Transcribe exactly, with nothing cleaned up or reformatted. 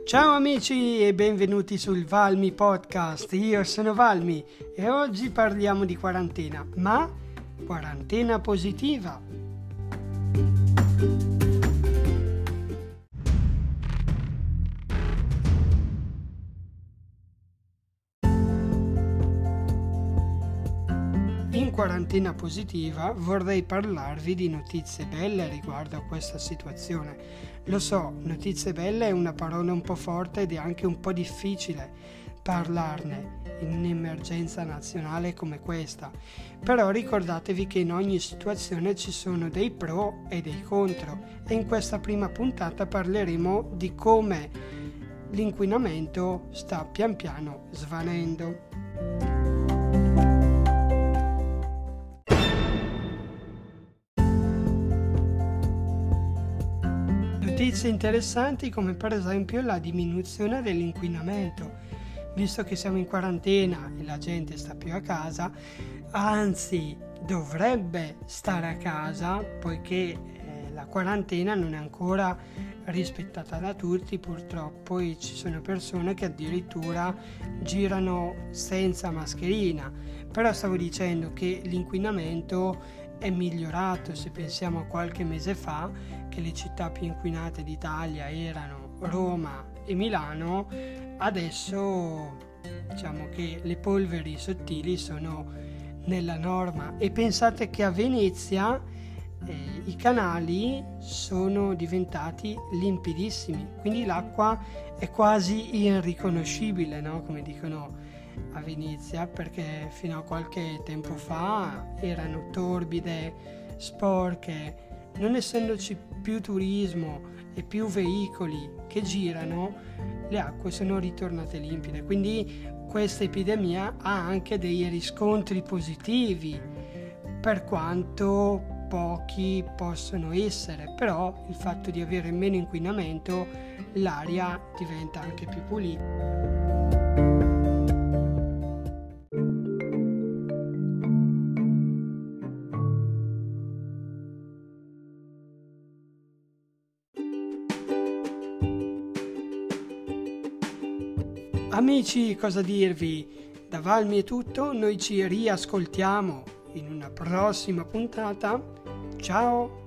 Ciao amici e benvenuti sul Valmi Podcast, io sono Valmi e oggi parliamo di quarantena, ma quarantena positiva. In quarantena positiva vorrei parlarvi di notizie belle riguardo a questa situazione. Lo so, notizie belle è una parola un po' forte ed è anche un po' difficile parlarne in un'emergenza nazionale come questa, però ricordatevi che in ogni situazione ci sono dei pro e dei contro e in questa prima puntata parleremo di come l'inquinamento sta pian piano svanendo. Notizie interessanti come per esempio la diminuzione dell'inquinamento, visto che siamo in quarantena e la gente sta più a casa, anzi dovrebbe stare a casa poiché eh, la quarantena non è ancora rispettata da tutti purtroppo e ci sono persone che addirittura girano senza mascherina, però stavo dicendo che l'inquinamento è migliorato. Se pensiamo a qualche mese fa che le città più inquinate d'Italia erano Roma e Milano, adesso diciamo che le polveri sottili sono nella norma e pensate che a Venezia eh, i canali sono diventati limpidissimi, quindi l'acqua è quasi irriconoscibile, no? Come dicono a Venezia, perché fino a qualche tempo fa erano torbide, sporche. Non essendoci più turismo e più veicoli che girano, le acque sono ritornate limpide, quindi questa epidemia ha anche dei riscontri positivi, per quanto pochi possono essere, però il fatto di avere meno inquinamento, l'aria diventa anche più pulita. Amici, cosa dirvi? Da Valmi è tutto, noi ci riascoltiamo in una prossima puntata. Ciao!